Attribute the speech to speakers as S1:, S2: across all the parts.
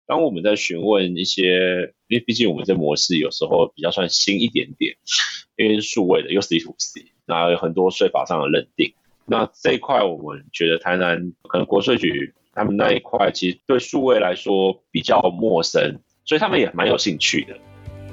S1: 当我们在询问一些，因为毕竟我们这模式有时候比较算新一点点，因为是数位的又 C2C， 然后有很多税法上的认定。那这一块我们觉得台南可能国税局他们那一块其实对数位来说比较陌生，所以他们也蛮有兴趣的。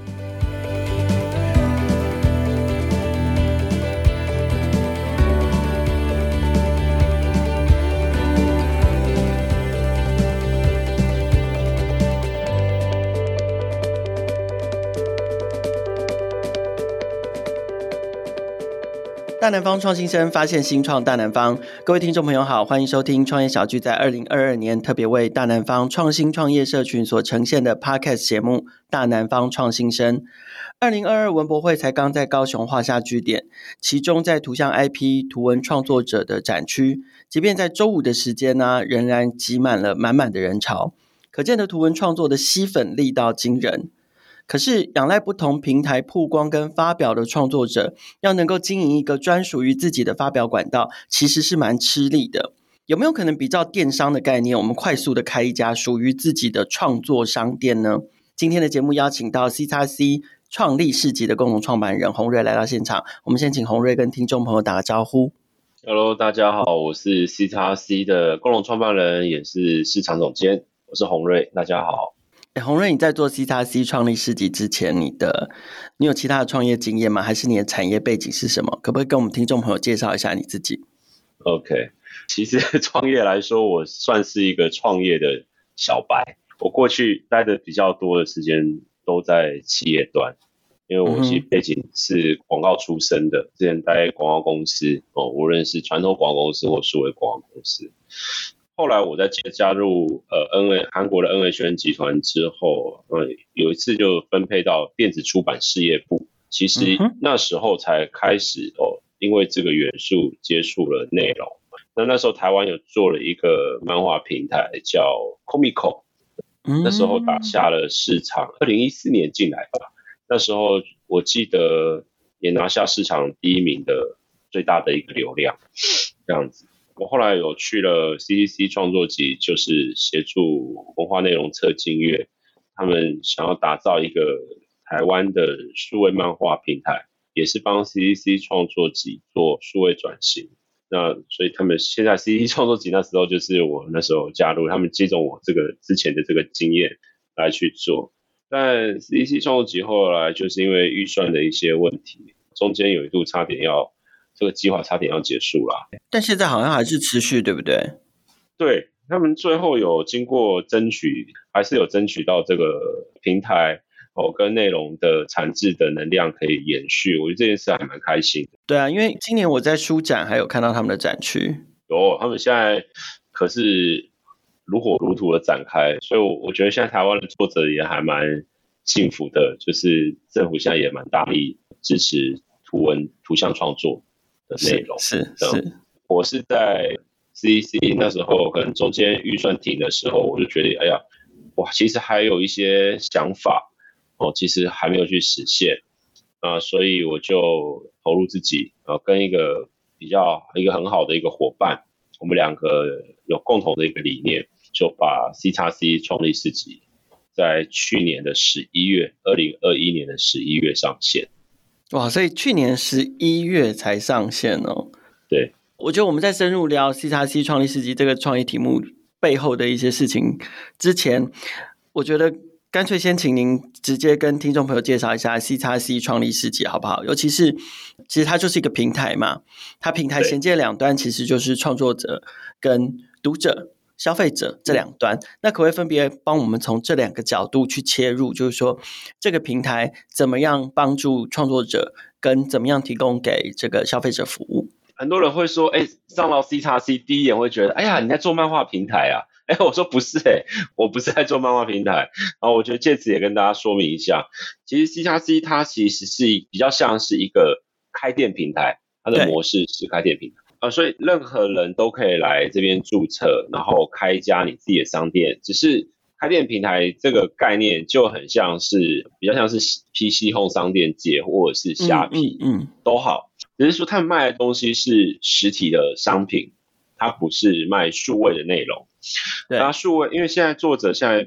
S2: 大南方创新生发现新创大南方，各位听众朋友好，欢迎收听创业小聚在2022年特别为大南方创新创业社群所呈现的 Podcast 节目大南方创新生。2022文博会才刚在高雄画下句点，其中在图像 IP 图文创作者的展区，即便在周五的时间呢，仍然挤满了满满的人潮，可见的图文创作的吸粉力道惊人。可是仰赖不同平台曝光跟发表的创作者，要能够经营一个专属于自己的发表管道，其实是蛮吃力的。有没有可能比照电商的概念，我们快速的开一家属于自己的创作商店呢？今天的节目邀请到 C+C 创立市集的共同创办人洪瑞来到现场，我们先请洪瑞跟听众朋友打个招呼。
S1: Hello， 大家好，我是 C+C 的共同创办人，也是市场总监，我是洪瑞，大家好。
S2: 洪瑞，你在做 C+C 创立市集之前，你有其他的创业经验吗？还是你的产业背景是什么？可不可以跟我们听众朋友介绍一下你自己
S1: ？OK， 其实创业来说，我算是一个创业的小白。我过去待的比较多的时间都在企业端，因为我其实背景是广告出身的，之前待广告公司无论是传统广告公司或数位广告公司。后来我在加入韩国的 NHN 集团之后，有一次就分配到电子出版事业部，其实那时候才开始因为这个元素接触了内容。那时候台湾有做了一个漫画平台叫 Comico， 那时候打下了市场，2014年进来吧，那时候我记得也拿下市场第一名的最大的一个流量，这样子。我后来有去了 CCC 创作集，就是协助文化内容策进月，他们想要打造一个台湾的数位漫画平台，也是帮 CCC 创作集做数位转型。那所以他们现在 CCC 创作集那时候就是我那时候加入，他们接种我这个之前的这个经验来去做。但 CCC 创作集后来就是因为预算的一些问题，中间有一度差点要这个计划差点要结束啦，
S2: 但现在好像还是持续，对不对？
S1: 对，他们最后有经过争取，还是有争取到这个平台跟内容的产制的能量可以延续，我觉得这件事还蛮开心的。
S2: 对啊，因为今年我在书展还有看到他们的展区，
S1: 他们现在可是如火如荼的展开，所以我觉得现在台湾的作者也还蛮幸福的，就是政府现在也蛮大力支持图像创作的内容。
S2: 是，
S1: 我是在 CCC 那时候可能中间预算停的时候，我就觉得哇，其实还有一些想法其实还没有去实现所以我就投入自己跟一个很好的一个伙伴，我们两个有共同的一个理念，就把 C+C 创立市集在去年的11月2021年的11月上线。
S2: 哇，所以去年11月才上线哦。
S1: 对，
S2: 我觉得我们在深入聊 C+C 创立市集这个创业题目背后的一些事情之前，我觉得干脆先请您直接跟听众朋友介绍一下 C+C 创立市集好不好？尤其是其实它就是一个平台嘛，它平台衔接两端其实就是创作者跟读者消费者这两端，那可不可以分别帮我们从这两个角度去切入，就是说这个平台怎么样帮助创作者跟怎么样提供给这个消费者服务？
S1: 很多人会说上到 C+C 第一眼会觉得哎呀你在做漫画平台啊，我说不是我不是在做漫画平台。然后我觉得借此也跟大家说明一下，其实 C+C 它其实是比较像是一个开店平台，它的模式是开店平台所以任何人都可以来这边注册，然后开一家你自己的商店。只是开店平台这个概念就很像是比较像是 PC Home 商店街或者是虾皮都好，只是说他们卖的东西是实体的商品，它不是卖数位的内容。那数位因为现在作者现在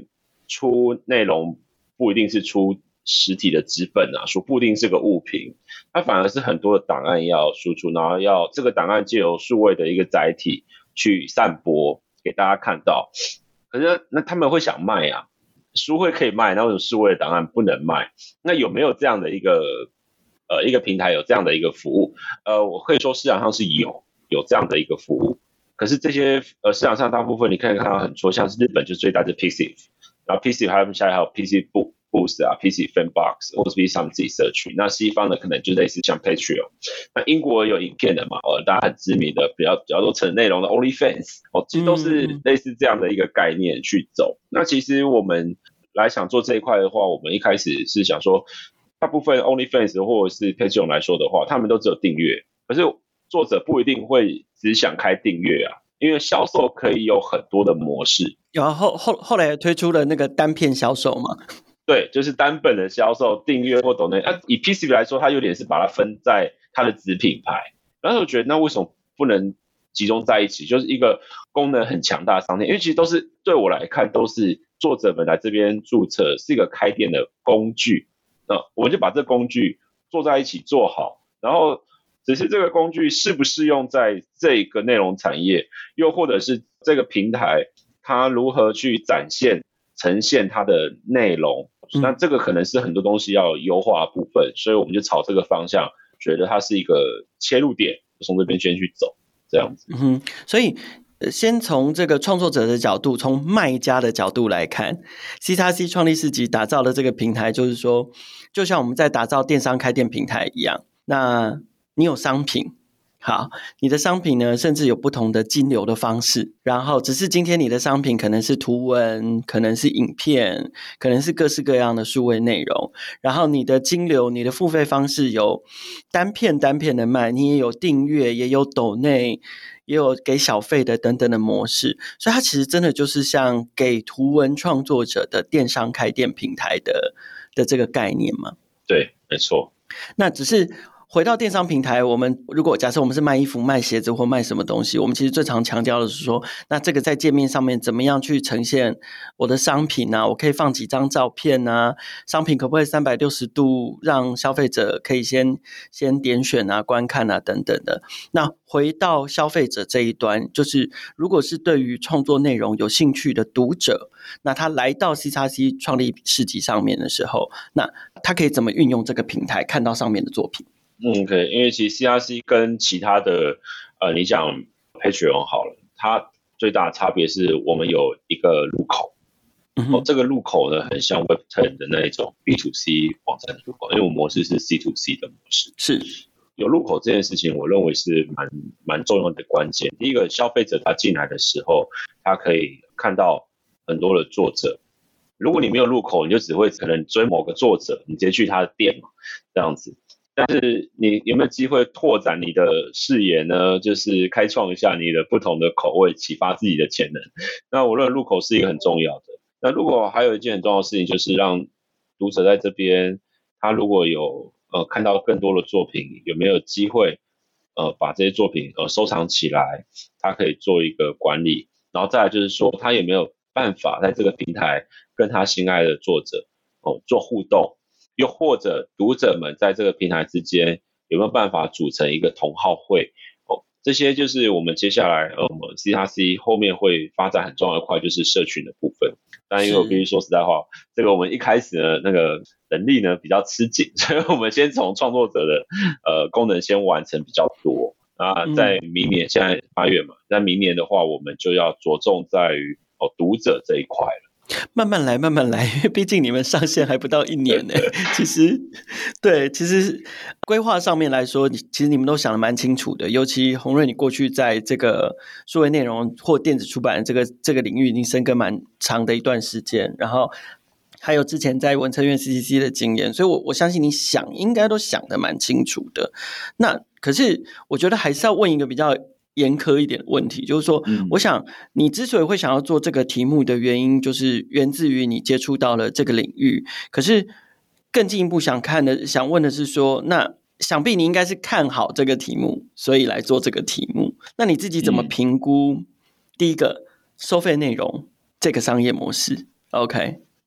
S1: 出内容不一定是出实体的纸本啊，书不一定是个物品，它反而是很多的档案要输出，然后要这个档案藉由数位的一个载体去散播给大家看到。可是那他们会想卖啊，书会可以卖，那为什么数位的档案不能卖？那有没有这样的一个平台有这样的一个服务？我可以说市场上是有这样的一个服务。可是这些市场上大部分你可以看到很多，像是日本就最大的 PC， 然后 PC 还有现在还有 PC Boost 啊 ，PC Fanbox 或者 PC 上自己社区。那西方的可能就类似像 Patreon， 那英国有影片的嘛，大家很知名的比较多成内容的 OnlyFans， 其实都是类似这样的一个概念去走。那其实我们来想做这一块的话，我们一开始是想说，大部分 OnlyFans 或者是 Patreon 来说的话，他们都只有订阅，可是作者不一定会只想开订阅啊，因为销售可以有很多的模式。
S2: 有后来推出了那个单片销售嘛？
S1: 对，就是单本的销售、订阅或抖内。以 PCB 来说，它有点是把它分在它的子品牌。然后我觉得，那为什么不能集中在一起？就是一个功能很强大的商店，因为其实都是对我来看，都是作者们来这边注册，是一个开店的工具。那我们就把这工具做在一起做好，然后只是这个工具适不适用在这个内容产业，又或者是这个平台它如何去呈现它的内容，那这个可能是很多东西要优化的部分，所以我们就朝这个方向，觉得它是一个切入点，从这边先去走，这样子。
S2: 所以先从这个创作者的角度，从卖家的角度来看 ，CXC 创立市集打造的这个平台，就是说，就像我们在打造电商开店平台一样，那你有商品。好，你的商品呢，甚至有不同的金流的方式，然后只是今天你的商品可能是图文，可能是影片，可能是各式各样的数位内容，然后你的金流，你的付费方式有单片的卖，你也有订阅，也有抖内，也有给小费的等等的模式，所以它其实真的就是像给图文创作者的电商开店平台的这个概念嘛？
S1: 对，没错。
S2: 那只是回到电商平台，我们如果假设我们是卖衣服、卖鞋子或卖什么东西，我们其实最常强调的是说，那这个在界面上面怎么样去呈现我的商品啊？我可以放几张照片啊？商品可不可以360度让消费者可以先点选啊、观看啊等等的？那回到消费者这一端，就是如果是对于创作内容有兴趣的读者，那他来到 CXC 创立市集上面的时候，那他可以怎么运用这个平台看到上面的作品？
S1: 可以，因为其实 CXC 跟其他的你讲 Patreon 好了，它最大的差别是我们有一个入口，这个入口呢很像 Web10 的那一种 B2C 网站的入口，因为我们模式是 C2C 的模式，
S2: 是
S1: 有入口这件事情，我认为是蛮重要的关键。第一个，消费者他进来的时候，他可以看到很多的作者。如果你没有入口，你就只会可能追某个作者，你直接去他的店嘛，这样子。但是你有没有机会拓展你的视野呢？就是开创一下你的不同的口味，启发自己的潜能。那我认为入口是一个很重要的。那如果还有一件很重要的事情，就是让读者在这边，他如果有看到更多的作品，有没有机会把这些作品收藏起来，他可以做一个管理。然后再来就是说，他有没有办法在这个平台跟他心爱的作者做互动。又或者读者们在这个平台之间有没有办法组成一个同好会这些就是我们接下来我们 CXC 后面会发展很重要的块，就是社群的部分。但因为我必须说实在话，这个我们一开始呢那个能力呢比较吃紧，所以我们先从创作者的功能先完成比较多啊，在明年现在8月嘛，在明年的话我们就要着重在于读者这一块了。
S2: 慢慢来，因为毕竟你们上线还不到1年呢。其实规划上面来说，其实你们都想得蛮清楚的。尤其洪瑞，你过去在这个数位内容或电子出版这个领域已经深耕蛮长的一段时间，然后还有之前在文策院 CCC 的经验，所以我相信你应该都想得蛮清楚的。那可是我觉得还是要问一个比较严苛一点的问题，就是说我想你之所以会想要做这个题目的原因，就是源自于你接触到了这个领域。可是更进一步想问的是说，那想必你应该是看好这个题目，所以来做这个题目。那你自己怎么评估第一个收费内容这个商业模式 ？OK，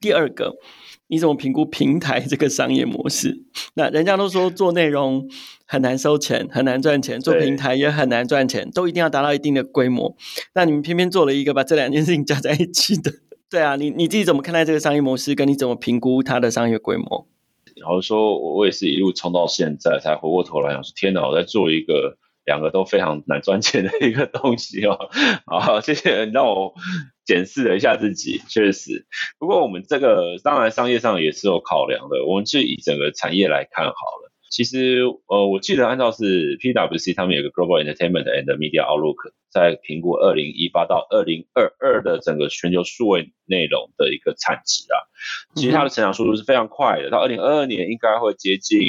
S2: 第二个，你怎么评估平台这个商业模式？那人家都说做内容很难收钱，很难赚钱，做平台也很难赚钱，都一定要达到一定的规模。那你们偏偏做了一个把这两件事情加在一起的。对啊，你自己怎么看待这个商业模式，跟你怎么评估它的商业规模？
S1: 然后说我也是一路冲到现在，才回过头来想说，天哪，我在做一个两个都非常难赚钱的一个东西哦。好，谢谢你让我检视了一下自己，确实。不过我们这个当然商业上也是有考量的，我们就以整个产业来看好了。其实我记得按照是 PwC 他们有个 Global Entertainment and Media Outlook 在评估2018到2022的整个全球数位内容的一个产值啊，其实它的成长速度是非常快的，到2022年应该会接近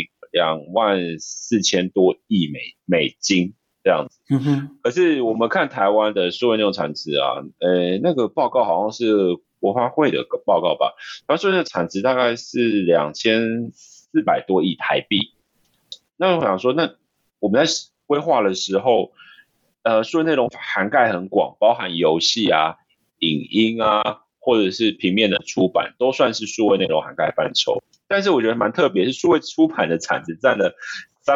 S1: 24000多亿美金这样子。可是我们看台湾的数位内容产值啊，那个报告好像是国发会的报告吧，它数位的产值大概是2400多亿台币。那我想说，那我们在规划的时候，数位内容涵盖很广，包含游戏啊、影音啊，或者是平面的出版，都算是数位内容涵盖范畴。但是我觉得蛮特别，是数位出版的产值占了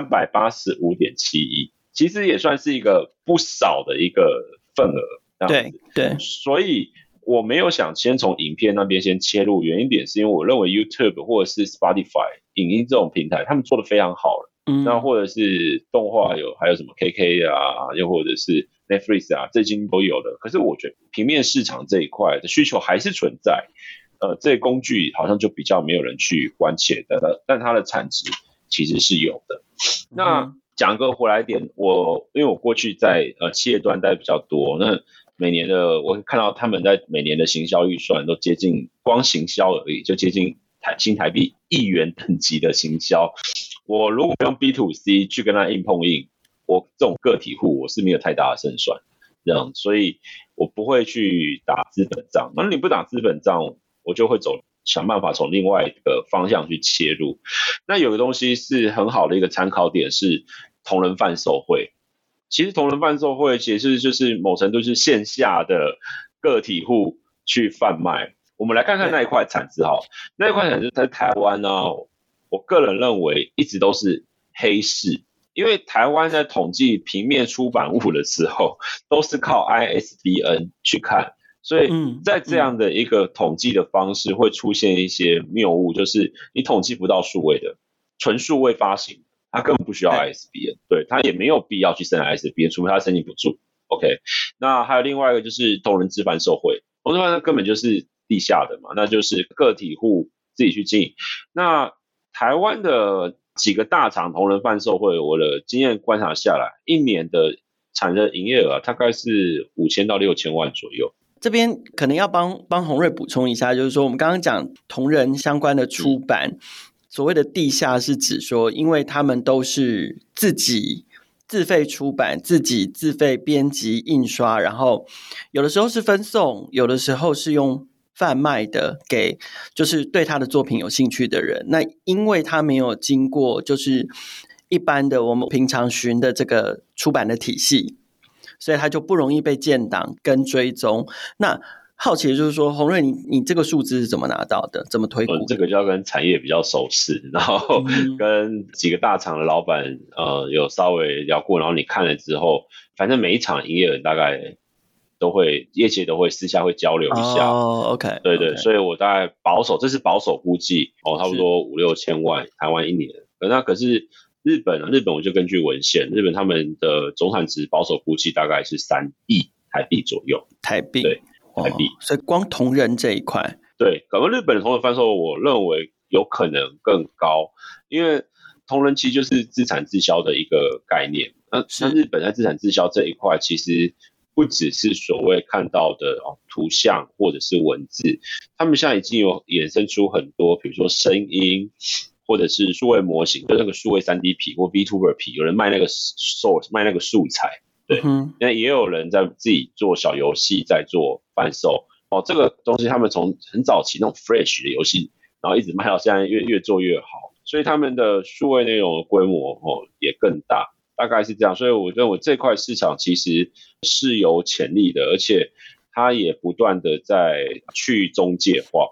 S1: 385.7亿，其实也算是一个不少的一个份额。
S2: 对，
S1: 所以我没有想先从影片那边先切入，原因点是因为我认为 YouTube 或者是 Spotify 影音这种平台，他们做得非常好了。那或者是动画还有什么 KK 啊，又或者是 Netflix 啊，这已经都有了。可是我觉得平面市场这一块的需求还是存在，这些工具好像就比较没有人去关切的，但它的产值其实是有的。那讲个回来点，因为我过去在企业端待比较多，那每年的我看到他们在每年的行销预算都接近，光行销而已就接近新台币1亿元等级的行销。我如果用 B2C 去跟他硬碰硬，我这种个体户我是没有太大的胜算，这样，所以我不会去打资本账。那你不打资本账，我就会想办法从另外一个方向去切入。那有个东西是很好的一个参考点是同人贩售会。其实同人贩售会其实就是某程度是线下的个体户去贩卖。我们来看看那一块产值好，那一块产值在台湾呢，我个人认为一直都是黑市，因为台湾在统计平面出版物的时候，都是靠 ISBN 去看，所以在这样的一个统计的方式，会出现一些谬误，就是你统计不到数位的，纯数位发行，它根本不需要 ISBN， 对，它也没有必要去申 ISBN， 除非它申请补助。OK， 那还有另外一个就是同人自贩售会，同人自贩根本就是地下的嘛，那就是个体户自己去经营。那台湾的几个大厂同人贩售会，我的经验观察下来，一年的产生营业额大概是5000到6000万左右。
S2: 这边可能要帮洪瑞补充一下，就是说我们刚刚讲同人相关的出版，所谓的地下是指说，因为他们都是自己自费出版，自己自费编辑印刷，然后有的时候是分送，有的时候是用贩卖的给就是对他的作品有兴趣的人。那因为他没有经过就是一般的我们平常循的这个出版的体系，所以他就不容易被建档跟追踪。那好奇的就是说，洪瑞你这个数字是怎么拿到的？怎么推估？
S1: 这个就要跟产业比较熟识，然后跟几个大厂的老板有稍微聊过，然后你看了之后，反正每一场营业额大概都会业界都会私下会交流一下。
S2: OK，
S1: 对，所以我大概这是保守估计差不多5-6千万台湾一年。那可是日本我就根据文献，日本他们的总产值保守估计大概是3亿台币左右。
S2: 台币，
S1: 对，台币。
S2: 所以光同人这一块，
S1: 对，可能日本的同人贩售，我认为有可能更高，因为同人其实就是自产自销的一个概念。那日本在自产自销这一块，其实不只是所谓看到的图像或者是文字，他们现在已经有衍生出很多，比如说声音或者是数位模型，就那个数位 3D 皮或 VTuber 皮，有人卖那个 source 卖那个素材，对，那也有人在自己做小游戏在做贩售。这个东西他们从很早期那种 Flash 的游戏，然后一直卖到现在越做越好，所以他们的数位内容的规模也更大，大概是这样。所以我认为这块市场其实是有潜力的，而且它也不断的在去中介化。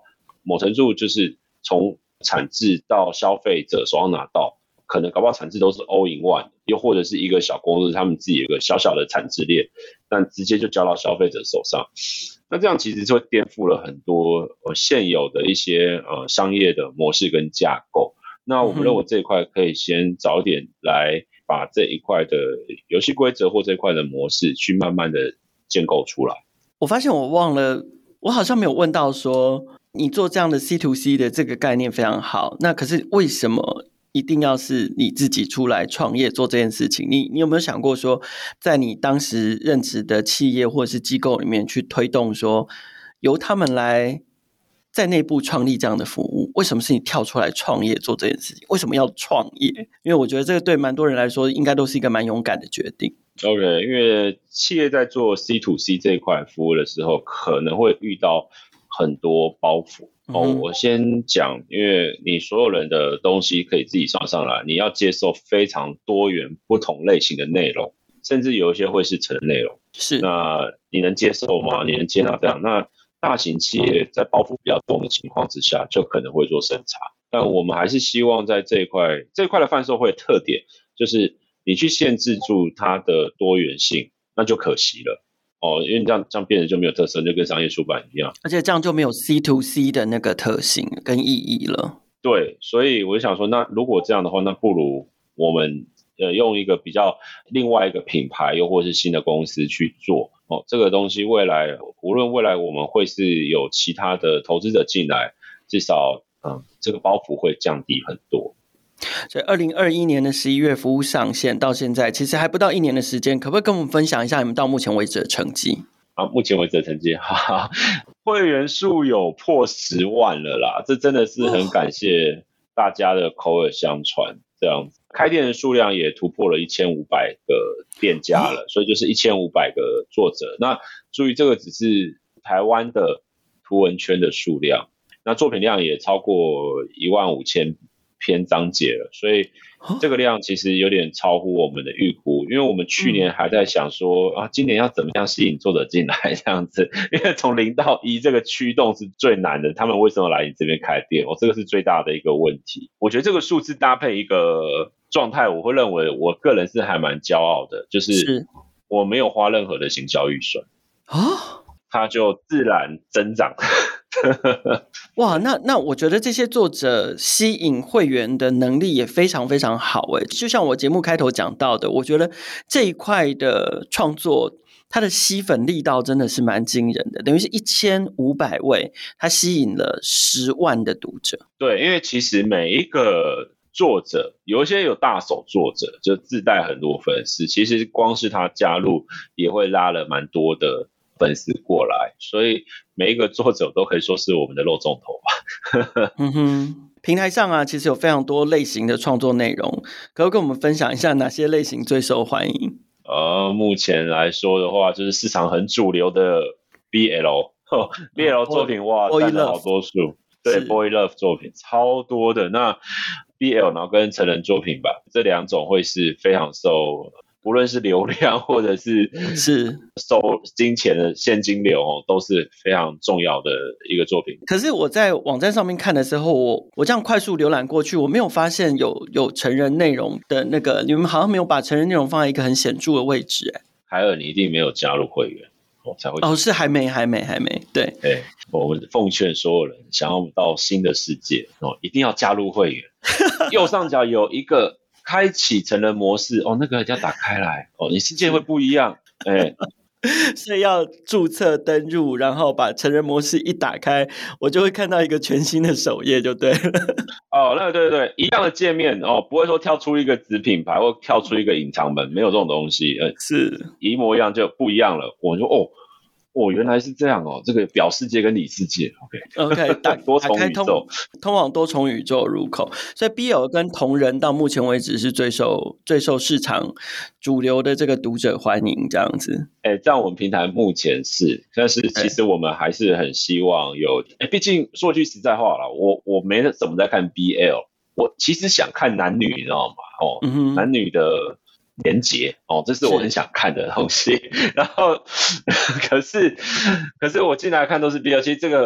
S1: 某程度就是从产制到消费者手上拿到，可能搞不好产制都是 all in one， 又或者是一个小公司他们自己有一个小小的产制链，但直接就交到消费者手上。那这样其实就颠覆了很多现有的一些商业的模式跟架构。那我们认为这一块可以先早点来把这一块的游戏规则或这一块的模式去慢慢的建构出来。
S2: 我发现我忘了，我好像没有问到说你做这样的 C2C 的这个概念非常好，那可是为什么一定要是你自己出来创业做这件事情？你有没有想过说，在你当时任职的企业或者是机构里面去推动说，由他们来在内部创立这样的服务？为什么是你跳出来创业做这件事情？为什么要创业？因为我觉得这个对蛮多人来说，应该都是一个蛮勇敢的决定。
S1: OK， 因为企业在做 C2C 这一块服务的时候，可能会遇到很多包袱。我先讲，因为你所有人的东西可以自己上来，你要接受非常多元不同类型的内容，甚至有一些会是成人内容。
S2: 是，
S1: 那你能接受吗？你能接纳这样？那大型企业在包袱比较重的情况之下，就可能会做审查。但我们还是希望在这一块的贩售会特点，就是你去限制住它的多元性，那就可惜了。因为这样变得就没有特色，就跟商业出版一样，
S2: 而且这样就没有 C2C 的那个特性跟意义了。
S1: 对，所以我就想说，那如果这样的话，那不如我们用一个比较另外一个品牌，又或是新的公司去做这个东西。未来无论未来我们会是有其他的投资者进来，至少这个包袱会降低很多。
S2: 所以2021年的11月服务上线到现在，其实还不到1年的时间，可不可以跟我们分享一下你们到目前为止的成绩？
S1: 目前为止的成绩，会员数有破10万了啦，这真的是很感谢大家的口耳相传，这样子。开店的数量也突破了1500个店家了，所以就是1500个作者。那注意，这个只是台湾的图文圈的数量，那作品量也超过15000篇章节了，所以这个量其实有点超乎我们的预估。因为我们去年还在想说今年要怎么样吸引作者进来这样子，因为从0到1这个驱动是最难的，他们为什么来你这边开店这个是最大的一个问题。我觉得这个数字搭配一个状态，我会认为我个人是还蛮骄傲的，就是我没有花任何的行销预算它就自然增长。
S2: 哇，那我觉得这些作者吸引会员的能力也非常非常好诶。就像我节目开头讲到的，我觉得这一块的创作，它的吸粉力道真的是蛮惊人的，等于是1500位，它吸引了10万的读者。
S1: 对，因为其实每一个作者，有一些有大手作者，就自带很多粉丝，其实光是他加入也会拉了蛮多的粉丝过来，所以每一个作者都可以说是我们的肉粽头吧。
S2: 平台上其实有非常多类型的创作内容，可不可以跟我们分享一下哪些类型最受欢迎？
S1: 目前来说的话，就是市场很主流的 BL 作品，哇，占了好多数。对 ，Boy Love 作品超多的。那 BL 然后跟成人作品吧，这两种会是非常受，无论是流量或者是收金钱的现金流都是非常重要的一个作品。
S2: 可是我在网站上面看的时候，我这样快速浏览过去，我没有发现有成人内容的那个，你们好像没有把成人内容放在一个很显著的位置。
S1: 海尔，你一定没有加入会员才会
S2: 是还没对，
S1: 我们奉劝所有人想要到新的世界一定要加入会员。右上角有一个开启成人模式那个要打开来你世界会不一样。
S2: 所以要注册登入，然后把成人模式一打开，我就会看到一个全新的首页就对了。
S1: 那对，一样的界面不会说跳出一个子品牌或跳出一个隐藏门，没有这种东西。
S2: 是
S1: 一模一样就不一样了。我说原来是这样这个表世界跟里世界
S2: OK
S1: 多重宇宙，
S2: 通往多重宇宙入口。所以 BL 跟同人到目前为止是最受市场主流的这个读者欢迎这样子。
S1: 这样我们平台目前是，但是其实我们还是很希望有毕竟说句实在话啦，我没怎么在看 BL， 我其实想看男女，你知道吗男女的连结这是我很想看的东西。然后可是我进来看都是 BL， 其实这个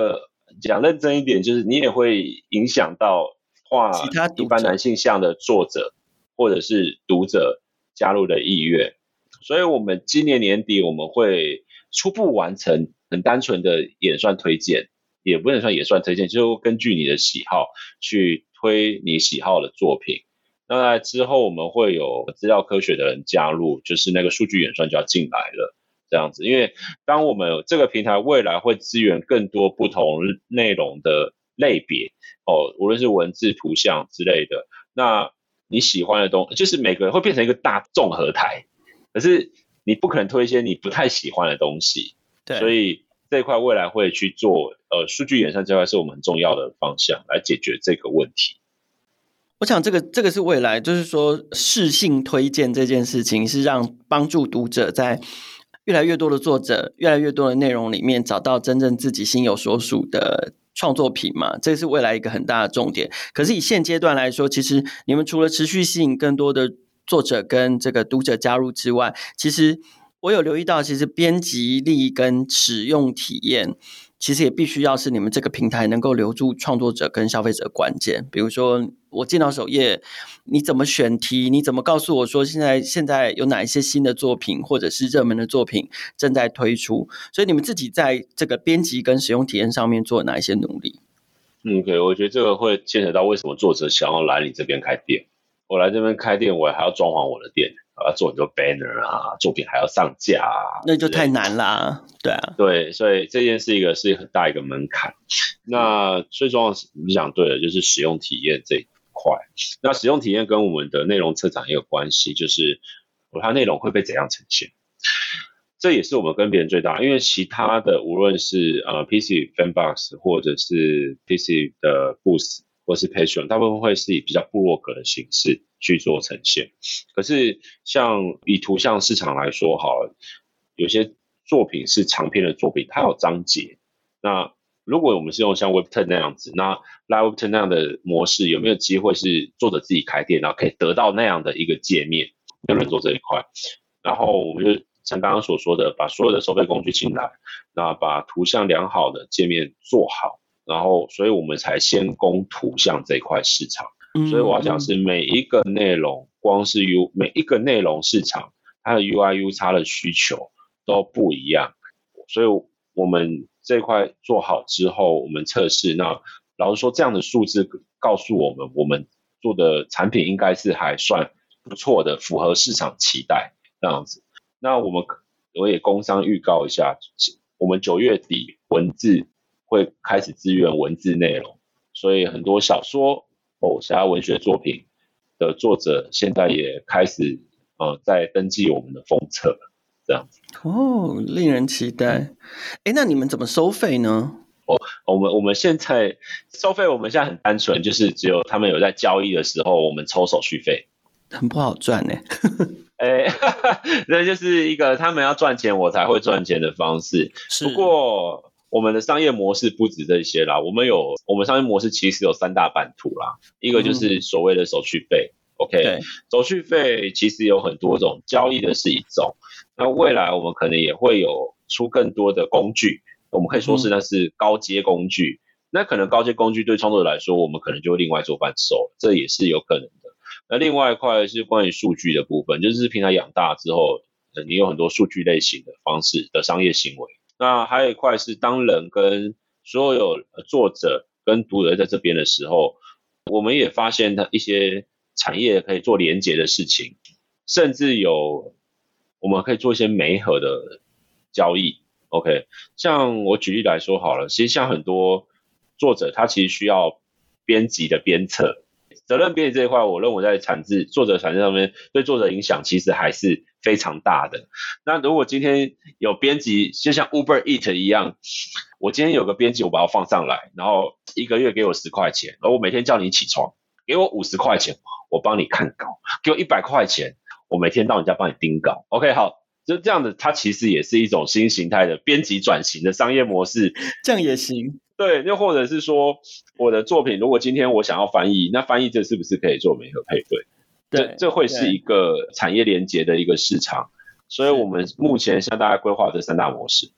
S1: 讲认真一点，就是你也会影响到画
S2: 其他读者
S1: 一般男性向的作者或者是读者加入的意愿。所以我们今年年底我们会初步完成很单纯的演算推荐，也不能算演算推荐，就根据你的喜好去推你喜好的作品。那之后我们会有资料科学的人加入，就是那个数据演算就要进来了。这样子，因为当我们这个平台未来会支援更多不同内容的类别无论是文字、图像之类的，那你喜欢的东西，就是每个人会变成一个大综合台，可是你不可能推一些你不太喜欢的东西，
S2: 对，
S1: 所以这一块未来会去做数据演算这块是我们很重要的方向来解决这个问题。
S2: 我想这个是未来，就是说适性推荐这件事情是帮助读者在越来越多的作者、越来越多的内容里面找到真正自己心有所属的创作品嘛，这是未来一个很大的重点。可是以现阶段来说，其实你们除了持续吸引更多的作者跟这个读者加入之外，其实我有留意到，其实编辑力跟使用体验其实也必须要是你们这个平台能够留住创作者跟消费者关键。比如说我进到首页，你怎么选题，你怎么告诉我说现在有哪一些新的作品或者是热门的作品正在推出，所以你们自己在这个编辑跟使用体验上面做哪一些努力？
S1: 对，我觉得这个会牵扯到为什么作者想要来你这边开店。我来这边开店，我还要装潢我的店，还要做很多 banner 啊，作品还要上架啊，
S2: 那就太难啦。对啊，
S1: 对，所以这件是很大一个门槛。那最重要是你讲对了，就是使用体验这一块。那使用体验跟我们的内容策展也有关系，就是它内容会被怎样呈现。这也是我们跟别人最大，因为其他的无论是PC Fanbox 或者是 PC 的 Boost 或是 Patreon， 大部分会是以比较部落格的形式去做呈现。可是像以图像市场来说好了，有些作品是长篇的作品，它有章节。那如果我们是用像 Webtoon 那样子，那 Live Webtoon 那样的模式，有没有机会是作者自己开店，然后可以得到那样的一个界面？有人做这一块，然后我们就像刚刚所说的，把所有的收费工具进来，那把图像良好的界面做好，然后所以我们才先攻图像这一块市场。所以我要讲是每一个内容，光是每一个内容市场，它的 UI、UX 的需求都不一样，所以我们这一块做好之后，我们测试，那老实说，这样的数字告诉我们做的产品应该是还算不错的，符合市场期待这样子。那我也工商预告一下，我们9月底文字会开始支援文字内容，所以很多小说、偶侠文学作品的作者现在也开始在登记我们的封册了，这样子。
S2: 令人期待。那你们怎么收费呢？
S1: 我们现在收费，我们现在很单纯，就是只有他们有在交易的时候，我们抽手续费。
S2: 很不好赚呢。
S1: 这就是一个他们要赚钱我才会赚钱的方式。不过我们的商业模式不止这些啦，我们商业模式其实有3大版图啦，一个就是所谓的手续费。OK， 手续费其实有很多种，交易的是一种。那未来我们可能也会有出更多的工具，我们可以说是那是高阶工具。那可能高阶工具对创作者来说，我们可能就会另外做贩售，这也是有可能的。那另外一块是关于数据的部分，就是平台养大之后，你有很多数据类型的方式的商业行为。那还有一块是当人跟所有作者跟读者在这边的时候，我们也发现它一些产业可以做连结的事情，甚至我们可以做一些媒合的交易。OK， 像我举例来说好了，其实像很多作者他其实需要编辑的鞭策。责任编辑这一块，我认为在作者产制上面对作者影响其实还是非常大的。那如果今天有编辑，就像 Uber Eat 一样，我今天有个编辑，我把它放上来，然后1个月给我10块钱，而我每天叫你起床，给我50块钱，我帮你看稿，给我100块钱，我每天到你家帮你盯稿。OK， 好，就这样的，它其实也是一种新形态的编辑转型的商业模式，
S2: 这样也行。
S1: 对，又或者是说，我的作品如果今天我想要翻译，那翻译这是不是可以做媒合配对？这会是一个产业连结的一个市场，所以我们目前向大家规划这3大模式。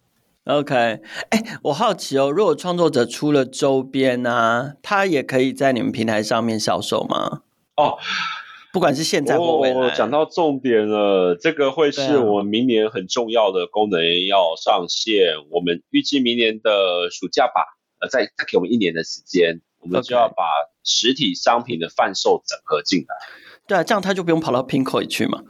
S2: OK， 我好奇哦，如果创作者出了周边啊，他也可以在你们平台上面销售吗？
S1: 哦，
S2: 不管是现在或未来。
S1: 讲到重点了，这个会是我们明年很重要的功能要上线。我们预计明年的暑假吧，再给我们1年的时间，我们就要把实体商品的贩售整合进来。
S2: 对啊，这样他就不用跑到 Pinkoi 去嘛。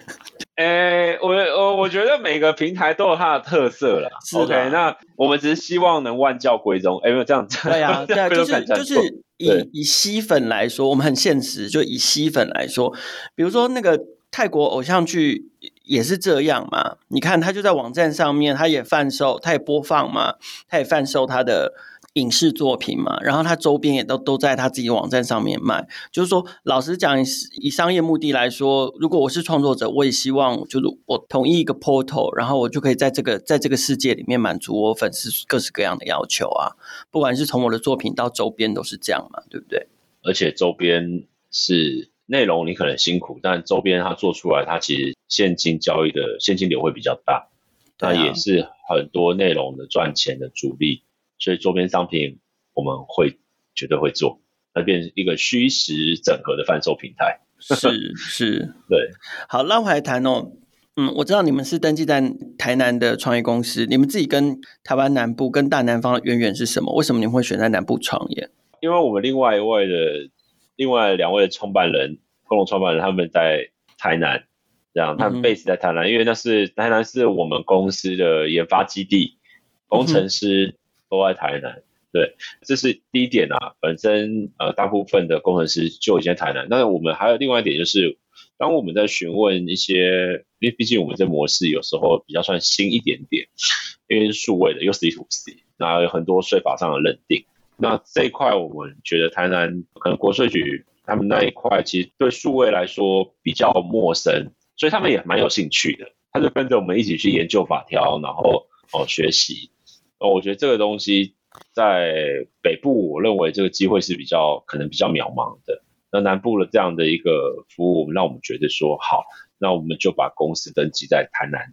S1: 我觉得每个平台都有它的特色啦。OK， 那我们只是希望能万教归宗。没有这样子。
S2: 对啊，对啊，就是以吸粉来说，我们很现实，就以吸粉来说，比如说那个泰国偶像剧也是这样嘛。你看，他就在网站上面，他也贩售，他也播放嘛，他也贩售他的影视作品嘛，然后他周边也都在他自己网站上面卖。就是说，老实讲，以商业目的来说，如果我是创作者，我也希望就是我统一一个 portal， 然后我就可以在这个世界里面满足我粉丝各式各样的要求啊。不管是从我的作品到周边都是这样嘛，对不对？
S1: 而且周边是内容你可能辛苦，但周边它做出来，它其实现金交易的现金流会比较大，那也是很多内容的赚钱的主力。所以周边商品我们绝对会做，那变成一个虚实整合的贩售平台。
S2: 是，
S1: 对。
S2: 好，拉回来谈哦。我知道你们是登记在台南的创业公司，你们自己跟台湾南部跟大南方的渊源是什么？为什么你们会选在南部创业？
S1: 因为我们另外2位的创办人，共同创办人，他们在台南，这样他们 base 在台南，因为台南是我们公司的研发基地，工程师都在台南。对，这是第一点啊。本身大部分的工程师就已经在台南。那我们还有另外一点，就是当我们在询问一些，因为毕竟我们这模式有时候比较算新一点点，因为是数位的，又是 C2C， 那有很多税法上的认定。那这一块我们觉得台南可能国税局他们那一块其实对数位来说比较陌生，所以他们也蛮有兴趣的，他就跟着我们一起去研究法条，然后学习。我觉得这个东西在北部我认为这个机会是可能比较渺茫的，那南部的这样的一个服务让我们觉得说好，那我们就把公司登记在台南。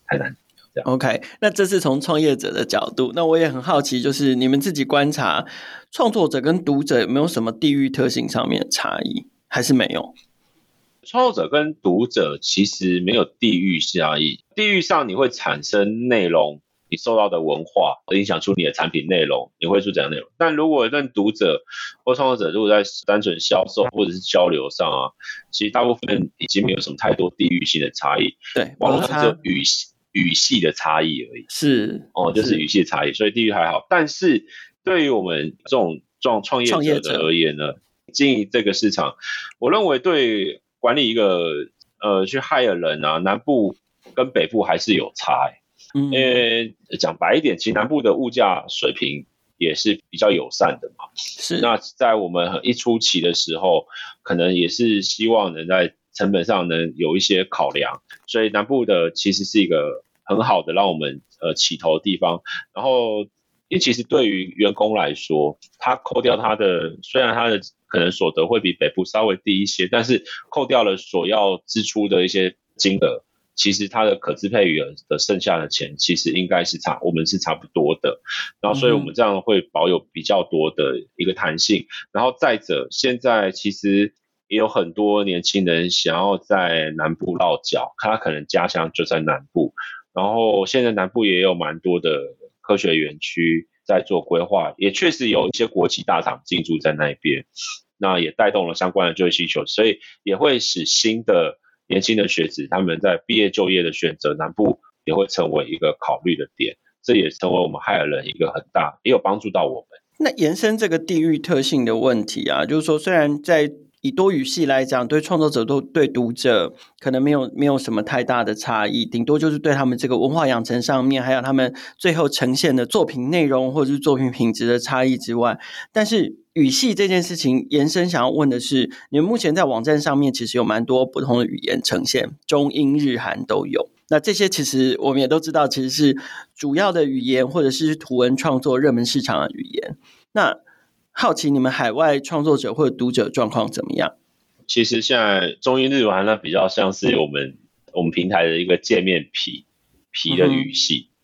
S2: OK， 那这是从创业者的角度。那我也很好奇，就是你们自己观察创作者跟读者有没有什么地域特性上面的差异，还是没有？
S1: 创作者跟读者其实没有地域差异，地域上你会产生内容，你受到的文化影响出你的产品内容，你会出怎样内容。但如果跟读者或创作者如果在单纯销售或者是交流上啊，其实大部分已经没有什么太多地域性的差异，
S2: 对，
S1: 往往只有语系的差异而已。
S2: 是
S1: 就是语系的差异，所以地域还好。但是对于我们这种创业者而言呢，经营这个市场，我认为对管理一个去 hire 人啊，南部跟北部还是有差。因为讲白一点，其实南部的物价水平也是比较友善的嘛。
S2: 是。
S1: 那在我们一初期的时候，可能也是希望能在成本上能有一些考量，所以南部的其实是一个很好的让我们起头的地方。然后因为其实对于员工来说，他扣掉虽然他的可能所得会比北部稍微低一些，但是扣掉了所要支出的一些金额，其实他的可支配余额的剩下的钱其实应该是我们是差不多的。然后所以我们这样会保有比较多的一个弹性。然后再者，现在其实也有很多年轻人想要在南部落脚，他可能家乡就在南部，然后现在南部也有蛮多的科学园区在做规划，也确实有一些国企大厂进驻在那边，那也带动了相关的就业需求，所以也会使新的年轻的学子他们在毕业就业的选择，南部也会成为一个考虑的点，这也成为我们hire人一个很大，也有帮助到我们。
S2: 那延伸这个地域特性的问题啊，就是说虽然在以多语系来讲，对创作者对读者可能没有什么太大的差异，顶多就是对他们这个文化养成上面，还有他们最后呈现的作品内容或者是作品品质的差异之外，但是语系这件事情延伸想要问的是，你们目前在网站上面其实有蛮多不同的语言呈现，中英日韩都有。那这些其实我们也都知道，其实是主要的语言或者是图文创作热门市场的语言。那好奇你们海外创作者或者读者状况怎么样？
S1: 其实现在中英日韩呢比较像是我们平台的一个界面皮的语系。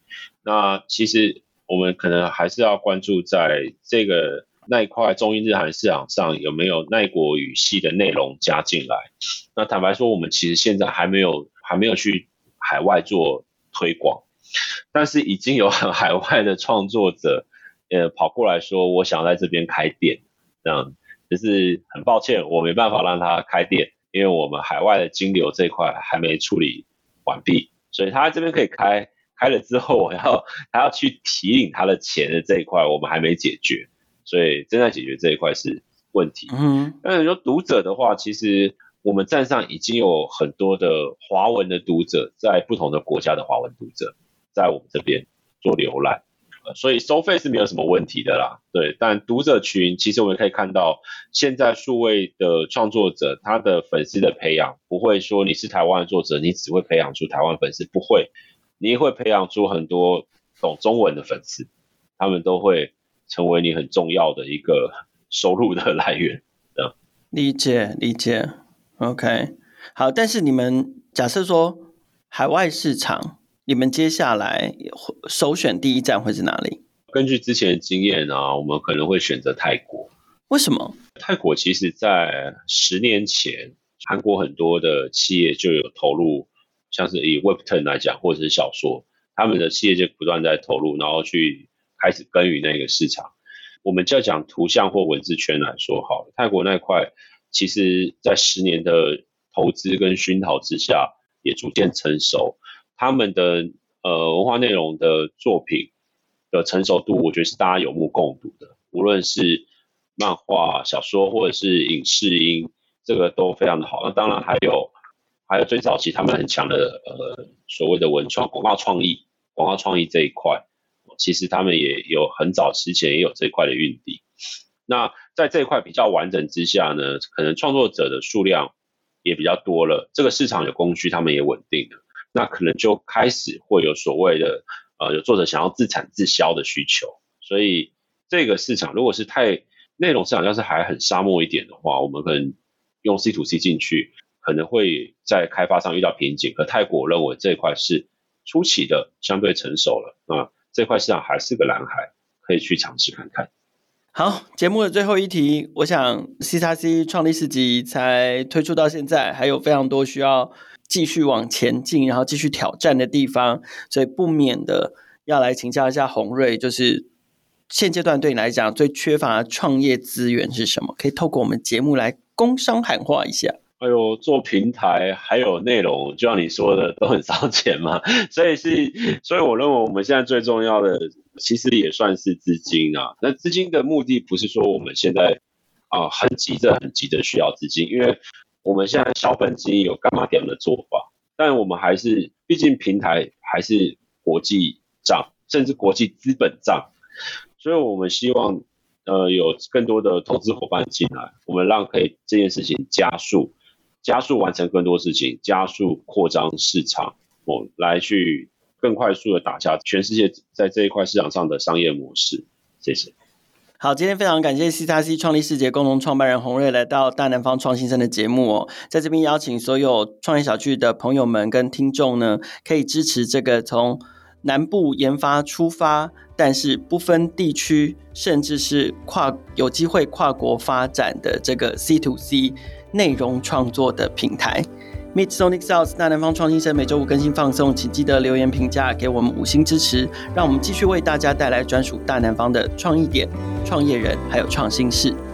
S1: 那其实我们可能还是要关注在那一块中英日韩市场上有没有奈国语系的内容加进来。那坦白说，我们其实现在还没有去海外做推广，但是已经有海外的创作者跑过来说我想在这边开店，这样就是很抱歉我没办法让他开店，因为我们海外的金流这一块还没处理完毕，所以他在这边可以开了之后他要去提领他的钱的这一块我们还没解决，所以正在解决这一块是问题。但是说读者的话，其实我们站上已经有很多的华文的读者，在不同的国家的华文读者在我们这边做浏览，所以收费是没有什么问题的啦。对，但读者群其实我们可以看到，现在数位的创作者他的粉丝的培养不会说你是台湾的作者你只会培养出台湾粉丝，不会，你也会培养出很多懂中文的粉丝，他们都会成为你很重要的一个收入的来源。
S2: 理解 OK， 好，但是你们假设说海外市场，你们接下来首选第一站会是哪里？
S1: 根据之前的经验啊，我们可能会选择泰国。
S2: 为什么？
S1: 泰国其实在10年前，韩国很多的企业就有投入，像是以 Web10 来讲，或者是小说，他们的企业就不断在投入，然后去开始耕耘那个市场。我们就要讲图像或文字圈来说好了，泰国那块其实在10年的投资跟熏陶之下也逐渐成熟，他们的文化内容的作品的成熟度我觉得是大家有目共睹的，无论是漫画小说或者是影视音，这个都非常的好。那当然还有最早期他们很强的所谓的文创广告创意这一块，其实他们也有很早之前也有这一块的运地。那在这一块比较完整之下呢，可能创作者的数量也比较多了，这个市场有供需，他们也稳定了，那可能就开始会有所谓的有作者想要自产自销的需求。所以这个市场如果是内容市场要是还很沙漠一点的话，我们可能用 C2C 进去可能会在开发上遇到瓶颈，可泰国认为这一块是初期的相对成熟了，这块市场还是个蓝海，可以去尝试看看。
S2: 好，节目的最后一题，我想 C3C 创立4集才推出到现在，还有非常多需要继续往前进，然后继续挑战的地方，所以不免的要来请教一下宏瑞，就是现阶段对你来讲最缺乏的创业资源是什么？可以透过我们节目来工商喊话一下。
S1: 做平台还有内容，就像你说的都很烧钱嘛，所以我认为我们现在最重要的其实也算是资金啊。那资金的目的不是说我们现在很急着需要资金，因为我们现在小本经营有干嘛点的做法，但我们还是毕竟平台还是国际账，甚至国际资本账，所以我们希望有更多的投资伙伴进来，我们让可以这件事情加速完成更多事情，加速扩张市场，来去更快速的打下全世界在这一块市场上的商业模式。谢谢。
S2: 好，今天非常感谢 C3C 创立4节共同创办人宏瑞来到大南方创新生的节目在这边邀请所有创业小聚的朋友们跟听众呢，可以支持这个从南部研发出发，但是不分地区，甚至是有机会跨国发展的这个 C2C 内容创作的平台。Meet Sonic South 大南方创新生每周5更新放送，请记得留言评价，给我们5星支持，让我们继续为大家带来专属大南方的创意点、创业人还有创新事。